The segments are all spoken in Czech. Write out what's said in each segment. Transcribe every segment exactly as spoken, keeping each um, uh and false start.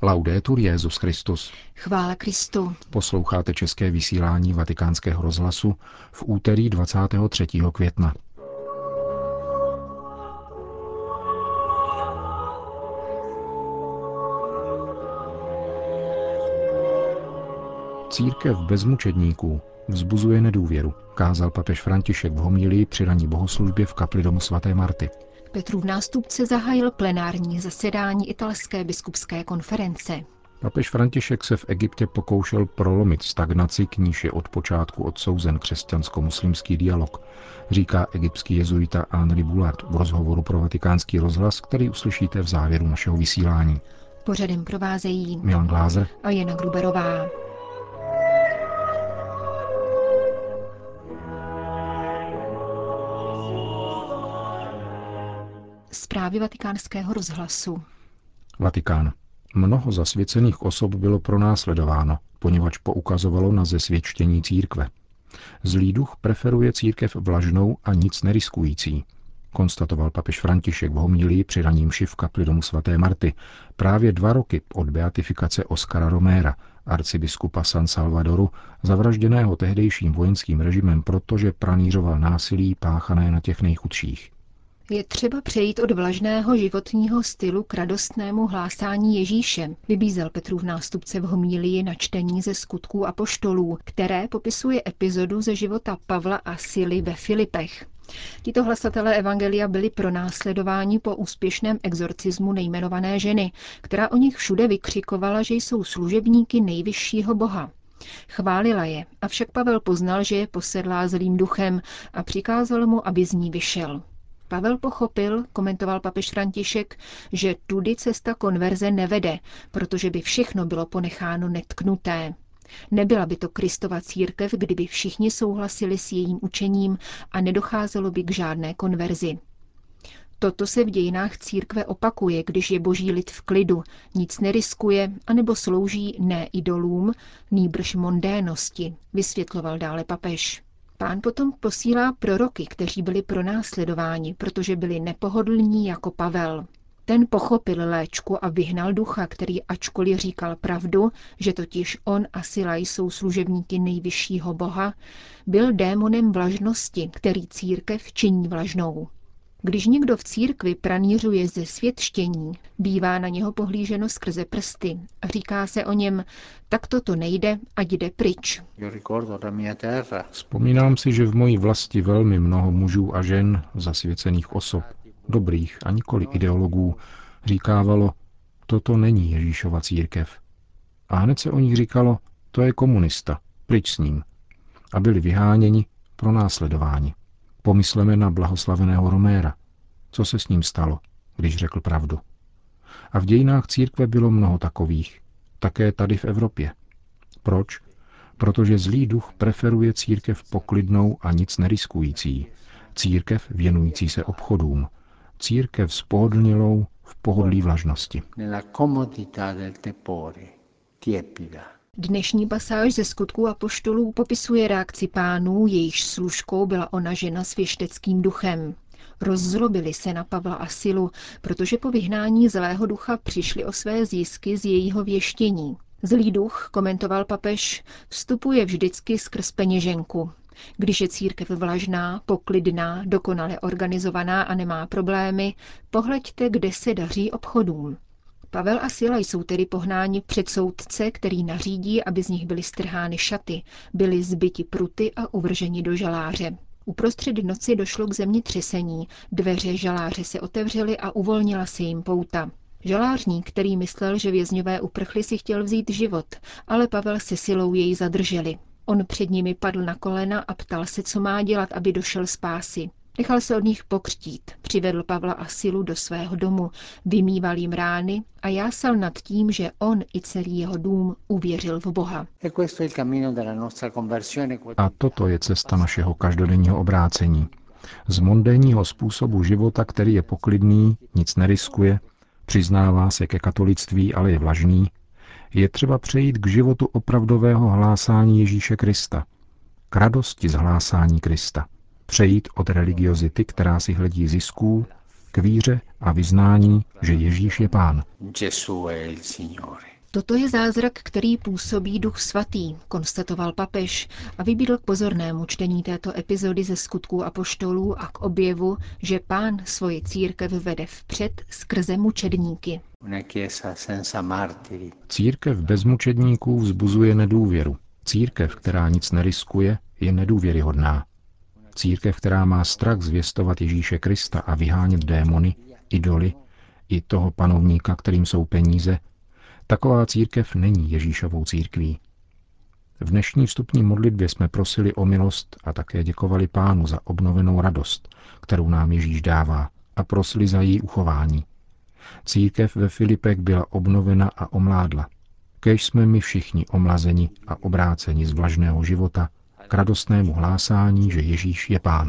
Laudetur Jesus Christus. Chvála Kristu. Posloucháte české vysílání Vatikánského rozhlasu v úterý dvacátého třetího května. Církev bez mučedníků vzbuzuje nedůvěru, kázal papež František v homilii při ranní bohoslužbě v kapli domu svaté Marty. Petrův nástupce zahájil plenární zasedání italské biskupské konference. Papež František se v Egyptě pokoušel prolomit stagnaci, k níž je od počátku odsouzen křesťansko-muslimský dialog, říká egyptský jezuita Henri Boulard v rozhovoru pro Vatikánský rozhlas, který uslyšíte v závěru našeho vysílání. Pořadem provázejí Milan Glázer a Jana Gruberová. Zprávy Vatikánského rozhlasu. Vatikán. Mnoho zasvěcených osob bylo pronásledováno, poněvadž poukazovalo na zesvědčení církve. Zlý duch preferuje církev vlažnou a nic neriskující, konstatoval papež František v homilii při ranní mši v kapli domu svaté Marty právě dva roky od beatifikace Oscara Roméra, arcibiskupa San Salvadoru, zavražděného tehdejším vojenským režimem, protože pranýřoval násilí páchané na těch nejchudších. Je třeba přejít od vlažného životního stylu k radostnému hlásání Ježíše, vybízel Petrův nástupce v homílii na čtení ze Skutků apoštolů, které popisuje epizodu ze života Pavla a Sily ve Filipech. Tito hlasatelé evangelia byli pronásledováni po úspěšném exorcismu nejmenované ženy, která o nich všude vykřikovala, že jsou služebníky nejvyššího Boha. Chválila je, avšak Pavel poznal, že je posedlá zlým duchem a přikázal mu, aby z ní vyšel. Pavel pochopil, komentoval papež František, že tudy cesta konverze nevede, protože by všechno bylo ponecháno netknuté. Nebyla by to Kristova církev, kdyby všichni souhlasili s jejím učením a nedocházelo by k žádné konverzi. Toto se v dějinách církve opakuje, když je boží lid v klidu, nic neriskuje, anebo slouží ne idolům, nýbrž mondénosti, vysvětloval dále papež. Pán potom posílá proroky, kteří byli pronásledováni, protože byli nepohodlní jako Pavel. Ten pochopil léčku a vyhnal ducha, který ačkoliv říkal pravdu, že totiž on a Sila jsou služebníky nejvyššího Boha, byl démonem vlažnosti, který církev činí vlažnou. Když někdo v církvi pranířuje ze světštění, bývá na něho pohlíženo skrze prsty a říká se o něm, tak toto nejde, ať jde pryč. Vzpomínám si, že v mojí vlasti velmi mnoho mužů a žen, zasvěcených osob, dobrých a nikoli ideologů, říkávalo, toto není Ježíšova církev. A hned se o nich říkalo, to je komunista, pryč s ním. A byli vyháněni, pronásledováni. Pomysleme na blahoslaveného Roméra. Co se s ním stalo, když řekl pravdu? A v dějinách církve bylo mnoho takových, také tady v Evropě. Proč? Protože zlý duch preferuje církev poklidnou a nic neriskující, církev věnující se obchodům, církev spohodlnilou v pohodlí vlažnosti. Dnešní pasáž ze Skutků apoštolů popisuje reakci pánů, jejichž služkou byla ona žena s věšteckým duchem. Rozzlobili se na Pavla a Silu, protože po vyhnání zlého ducha přišli o své zisky z jejího věštění. Zlý duch, komentoval papež, vstupuje vždycky skrz peněženku. Když je církev vlažná, poklidná, dokonale organizovaná a nemá problémy, pohleďte, kde se daří obchodům. Pavel a Sila jsou tedy pohnáni před soudce, který nařídí, aby z nich byly strhány šaty, byly zbyti pruty a uvrženi do žaláře. Uprostřed noci došlo k zemětřesení, dveře žaláře se otevřely a uvolnila se jim pouta. Žalářník, který myslel, že vězňové uprchli, si chtěl vzít život, ale Pavel se Silou jej zadrželi. On před nimi padl na kolena a ptal se, co má dělat, aby došel spásy. Nechal se od nich pokřtít, přivedl Pavla a Silu do svého domu, vymýval jim rány a jásal nad tím, že on i celý jeho dům uvěřil v Boha. A toto je cesta našeho každodenního obrácení. Z mondénního způsobu života, který je poklidný, nic neriskuje, přiznává se ke katolictví, ale je vlažný, je třeba přejít k životu opravdového hlásání Ježíše Krista, k radosti z hlásání Krista. Přejít od religiozity, která si hledí zisků, k víře a vyznání, že Ježíš je Pán. Toto je zázrak, který působí Duch Svatý, konstatoval papež a vybídl k pozornému čtení této epizody ze Skutků apoštolů a k objevu, že Pán svoji církev vede vpřed skrze mučedníky. Církev bez mučedníků vzbuzuje nedůvěru. Církev, která nic neriskuje, je nedůvěryhodná. Církev, která má strach zvěstovat Ježíše Krista a vyhánět démony, idoly, i toho panovníka, kterým jsou peníze, taková církev není Ježíšovou církví. V dnešní vstupní modlitbě jsme prosili o milost a také děkovali Pánu za obnovenou radost, kterou nám Ježíš dává, a prosili za její uchování. Církev ve Filipech byla obnovena a omládla. Kéž jsme my všichni omlazeni a obráceni z vlažného života k radostnému hlásání, že Ježíš je Pán.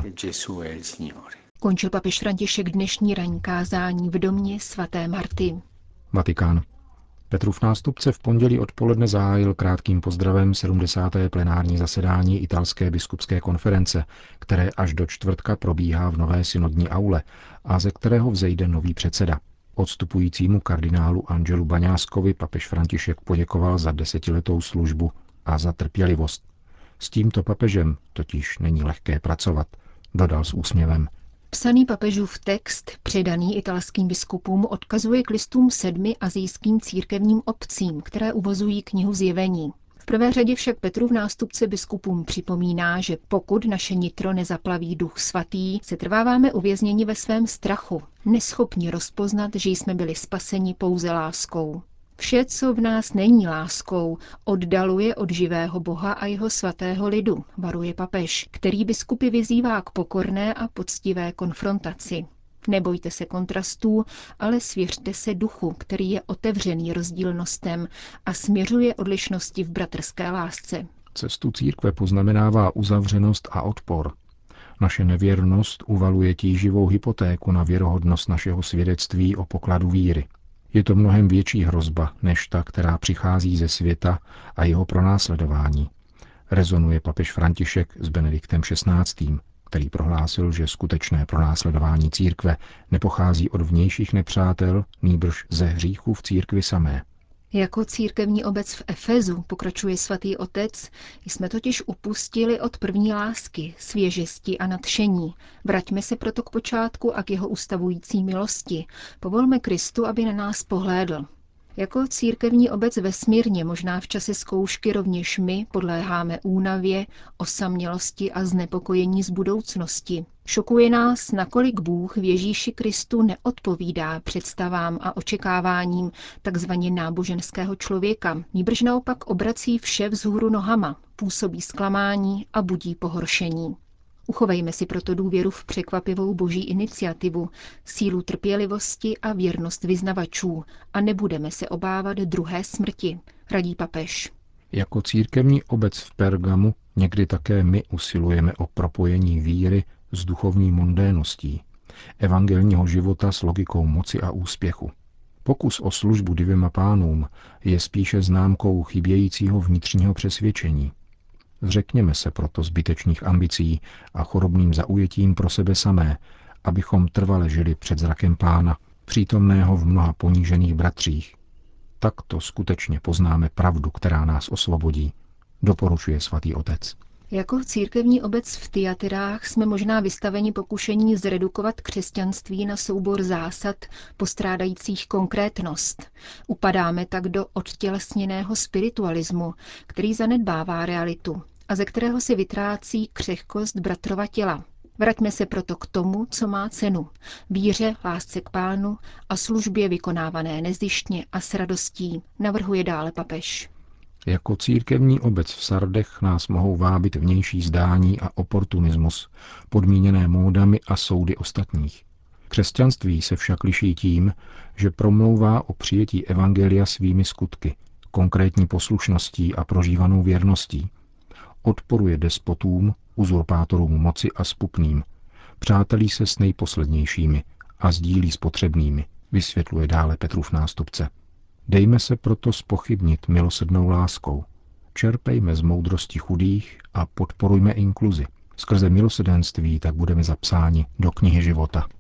Končil papež František dnešní ranní kázání v domě svaté Marty. Vatikán. Petrův nástupce v pondělí odpoledne zahájil krátkým pozdravem sedmdesáté plenární zasedání italské biskupské konference, které až do čtvrtka probíhá v nové synodní aule a ze kterého vzejde nový předseda. Odstupujícímu kardinálu Angelu Baňáskovi papež František poděkoval za desetiletou službu a za trpělivost. S tímto papežem totiž není lehké pracovat, dodal s úsměvem. Psaný papežův text, předaný italským biskupům, odkazuje k listům sedmi asijským církevním obcím, které uvozují knihu Zjevení. V prvé řadě však Petrův nástupce biskupům připomíná, že pokud naše nitro nezaplaví Duch Svatý, se trváváme uvězněni ve svém strachu, neschopni rozpoznat, že jsme byli spaseni pouze láskou. Vše, co v nás není láskou, oddaluje od živého Boha a jeho svatého lidu, varuje papež, který biskupy vyzývá k pokorné a poctivé konfrontaci. Nebojte se kontrastů, ale svěřte se duchu, který je otevřený rozdílnostem a směřuje odlišnosti v bratrské lásce. Cestu církve poznamenává uzavřenost a odpor. Naše nevěrnost uvaluje tíživou hypotéku na věrohodnost našeho svědectví o pokladu víry. Je to mnohem větší hrozba, než ta, která přichází ze světa a jeho pronásledování. Rezonuje papež František s Benediktem šestnáctým, který prohlásil, že skutečné pronásledování církve nepochází od vnějších nepřátel, nýbrž ze hříchů v církvi samé. Jako církevní obec v Efezu, pokračuje svatý otec, jsme totiž upustili od první lásky, svěžesti a nadšení. Vraťme se proto k počátku a k jeho ustavující milosti. Povolme Kristu, aby na nás pohlédl. Jako církevní obec ve Smyrně, možná v čase zkoušky rovněž my podléháme únavě, osamělosti a znepokojení z budoucnosti. Šokuje nás, nakolik Bůh v Ježíši Kristu neodpovídá představám a očekáváním takzvaně náboženského člověka, nýbrž naopak obrací vše vzhůru nohama, působí zklamání a budí pohoršení. Uchovejme si proto důvěru v překvapivou boží iniciativu, sílu trpělivosti a věrnost vyznavačů a nebudeme se obávat druhé smrti, radí papež. Jako církevní obec v Pergamu někdy také my usilujeme o propojení víry s duchovní mondéností, evangelního života s logikou moci a úspěchu. Pokus o službu dvěma pánům je spíše známkou chybějícího vnitřního přesvědčení. Zřekněme se proto zbytečných ambicí a chorobným zaujetím pro sebe samé, abychom trvale žili před zrakem Pána, přítomného v mnoha ponížených bratřích. Takto skutečně poznáme pravdu, která nás osvobodí, doporučuje svatý otec. Jako církevní obec v Tyatyrách jsme možná vystaveni pokušení zredukovat křesťanství na soubor zásad postrádajících konkrétnost. Upadáme tak do odtělesněného spiritualismu, který zanedbává realitu a ze kterého se vytrácí křehkost bratrova těla. Vraťme se proto k tomu, co má cenu. Víře, lásce k Pánu a službě vykonávané nezištně a s radostí, navrhuje dále papež. Jako církevní obec v Sardech nás mohou vábit vnější zdání a oportunismus, podmíněné módami a soudy ostatních. Křesťanství se však liší tím, že promlouvá o přijetí evangelia svými skutky, konkrétní poslušností a prožívanou věrností. Odporuje despotům, uzurpátorům moci a spupným, přátelí se s nejposlednějšími a sdílí s potřebnými, vysvětluje dále Petrův nástupce. Dejme se proto zpochybnit milosrdnou láskou. Čerpejme z moudrosti chudých a podporujme inkluzi. Skrze milosrdenství tak budeme zapsáni do knihy života.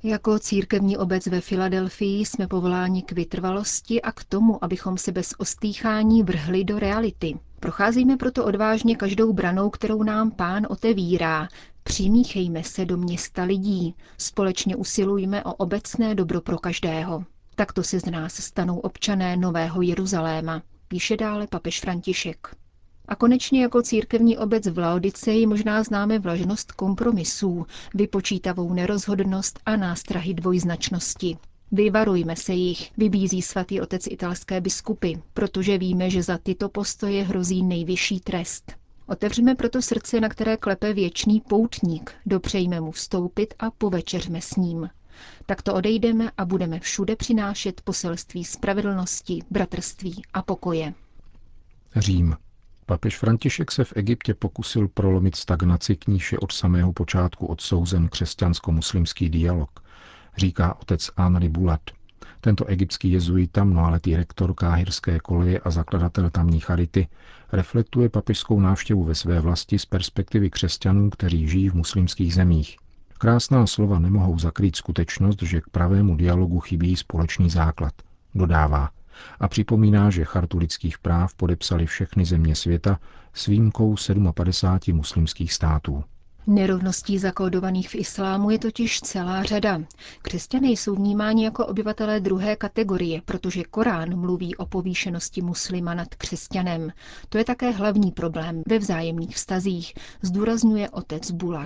Jako církevní obec ve Filadelfii jsme povoláni k vytrvalosti a k tomu, abychom se bez ostýchání vrhli do reality. Procházíme proto odvážně každou branou, kterou nám Pán otevírá. Přimíchejme se do města lidí. Společně usilujme o obecné dobro pro každého. Takto se z nás stanou občané Nového Jeruzaléma, píše dále papež František. A konečně jako církevní obec v Laodiceji možná známe vlažnost kompromisů, vypočítavou nerozhodnost a nástrahy dvojznačnosti. Vyvarujme se jich, vybízí svatý otec italské biskupy, protože víme, že za tyto postoje hrozí nejvyšší trest. Otevřeme proto srdce, na které klepe věčný poutník, dopřejme mu vstoupit a povečeřme s ním. Takto odejdeme a budeme všude přinášet poselství spravedlnosti, bratrství a pokoje. Řím. Papež František se v Egyptě pokusil prolomit stagnaci, k níž je od samého počátku odsouzen křesťansko-muslimský dialog, říká otec Henri Bulat. Tento egyptský jezuita, mnohaletý rektor káhirské koleje a zakladatel tamní charity, reflektuje papežskou návštěvu ve své vlasti z perspektivy křesťanů, kteří žijí v muslimských zemích. Krásná slova nemohou zakrýt skutečnost, že k pravému dialogu chybí společný základ, dodává. A připomíná, že chartu lidských práv podepsali všechny země světa s výjimkou padesát sedm muslimských států. Nerovností zakódovaných v islámu je totiž celá řada. Křesťané jsou vnímáni jako obyvatelé druhé kategorie, protože Korán mluví o povýšenosti muslima nad křesťanem. To je také hlavní problém ve vzájemných vztazích, zdůrazňuje otec Bulat.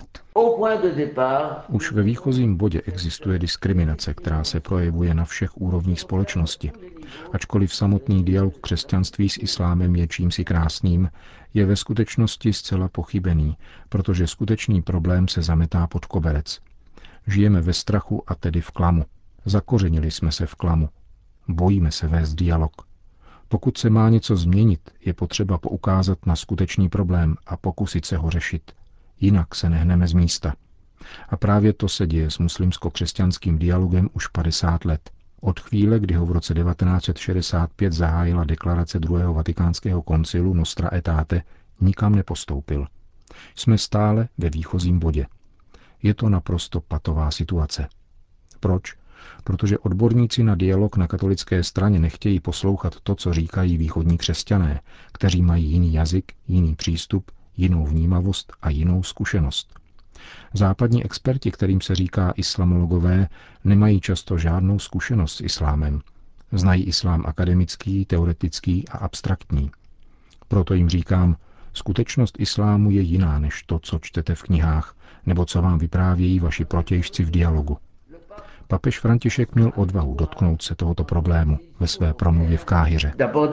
Už ve výchozím bodě existuje diskriminace, která se projevuje na všech úrovních společnosti. Ačkoliv samotný dialog křesťanství s islámem je čímsi krásným, je ve skutečnosti zcela pochybený, protože skutečný problém se zametá pod koberec. Žijeme ve strachu a tedy v klamu. Zakořenili jsme se v klamu. Bojíme se vést dialog. Pokud se má něco změnit, je potřeba poukázat na skutečný problém a pokusit se ho řešit. Jinak se nehneme z místa. A právě to se děje s muslimsko-křesťanským dialogem už padesát let. Od chvíle, kdy ho v roce devatenáct set šedesát pět zahájila deklarace druhého vatikánského koncilu Nostra Aetate, nikam nepostoupil. Jsme stále ve výchozím bodě. Je to naprosto patová situace. Proč? Protože odborníci na dialog na katolické straně nechtějí poslouchat to, co říkají východní křesťané, kteří mají jiný jazyk, jiný přístup, jinou vnímavost a jinou zkušenost. Západní experti, kterým se říká islamologové, nemají často žádnou zkušenost s islámem. Znají islám akademický, teoretický a abstraktní. Proto jim říkám, skutečnost islámu je jiná než to, co čtete v knihách, nebo co vám vyprávějí vaši protějšci v dialogu. Papež František měl odvahu dotknout se tohoto problému ve své promluvě v Káhiře.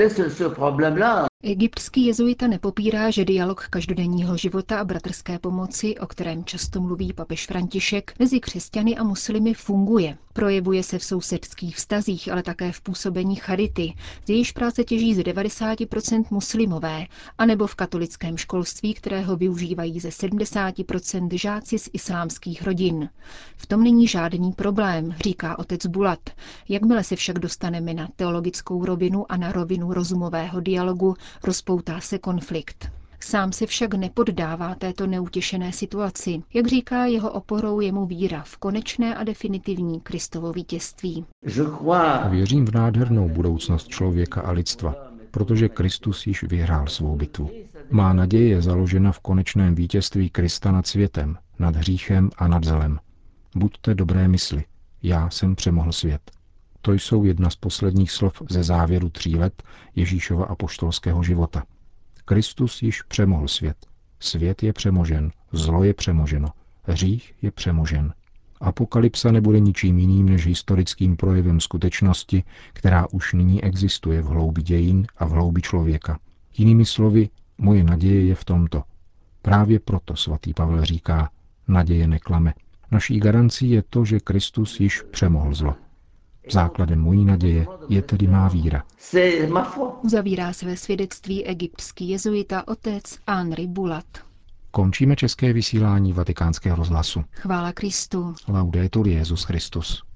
Egyptský jezuita nepopírá, že dialog každodenního života a bratrské pomoci, o kterém často mluví papež František, mezi křesťany a muslimy funguje. Projevuje se v sousedských vztazích, ale také v působení charity, z jejíž práce těží z devadesát procent muslimové, anebo v katolickém školství, kterého využívají ze sedmdesát procent žáci z islámských rodin. V tom není žádný problém, říká otec Bulat. Jakmile se však dostaneme na teologickou rovinu a na rovinu rozumového dialogu, rozpoutá se konflikt. Sám se však nepoddává této neutěšené situaci. Jak říká, jeho oporou je mu víra v konečné a definitivní Kristovo vítězství. Věřím v nádhernou budoucnost člověka a lidstva, protože Kristus již vyhrál svou bitvu. Má naděje je založena v konečném vítězství Krista nad světem, nad hříchem a nad zlem. Buďte dobré mysli, já jsem přemohl svět. To jsou jedna z posledních slov ze závěru tří let Ježíšova apoštolského života. Kristus již přemohl svět. Svět je přemožen, zlo je přemoženo, hřích je přemožen. Apokalypsa nebude ničím jiným než historickým projevem skutečnosti, která už nyní existuje v hloubi dějin a v hloubi člověka. Jinými slovy, moje naděje je v tomto. Právě proto svatý Pavel říká, naděje neklame. Naší garancí je to, že Kristus již přemohl zlo. Základem mojí naděje je tedy má víra. Uzavírá své svědectví egyptský jezuita otec Henri Bulat. Končíme české vysílání Vatikánského rozhlasu. Chvála Kristu. Laudetur Jesus Christus.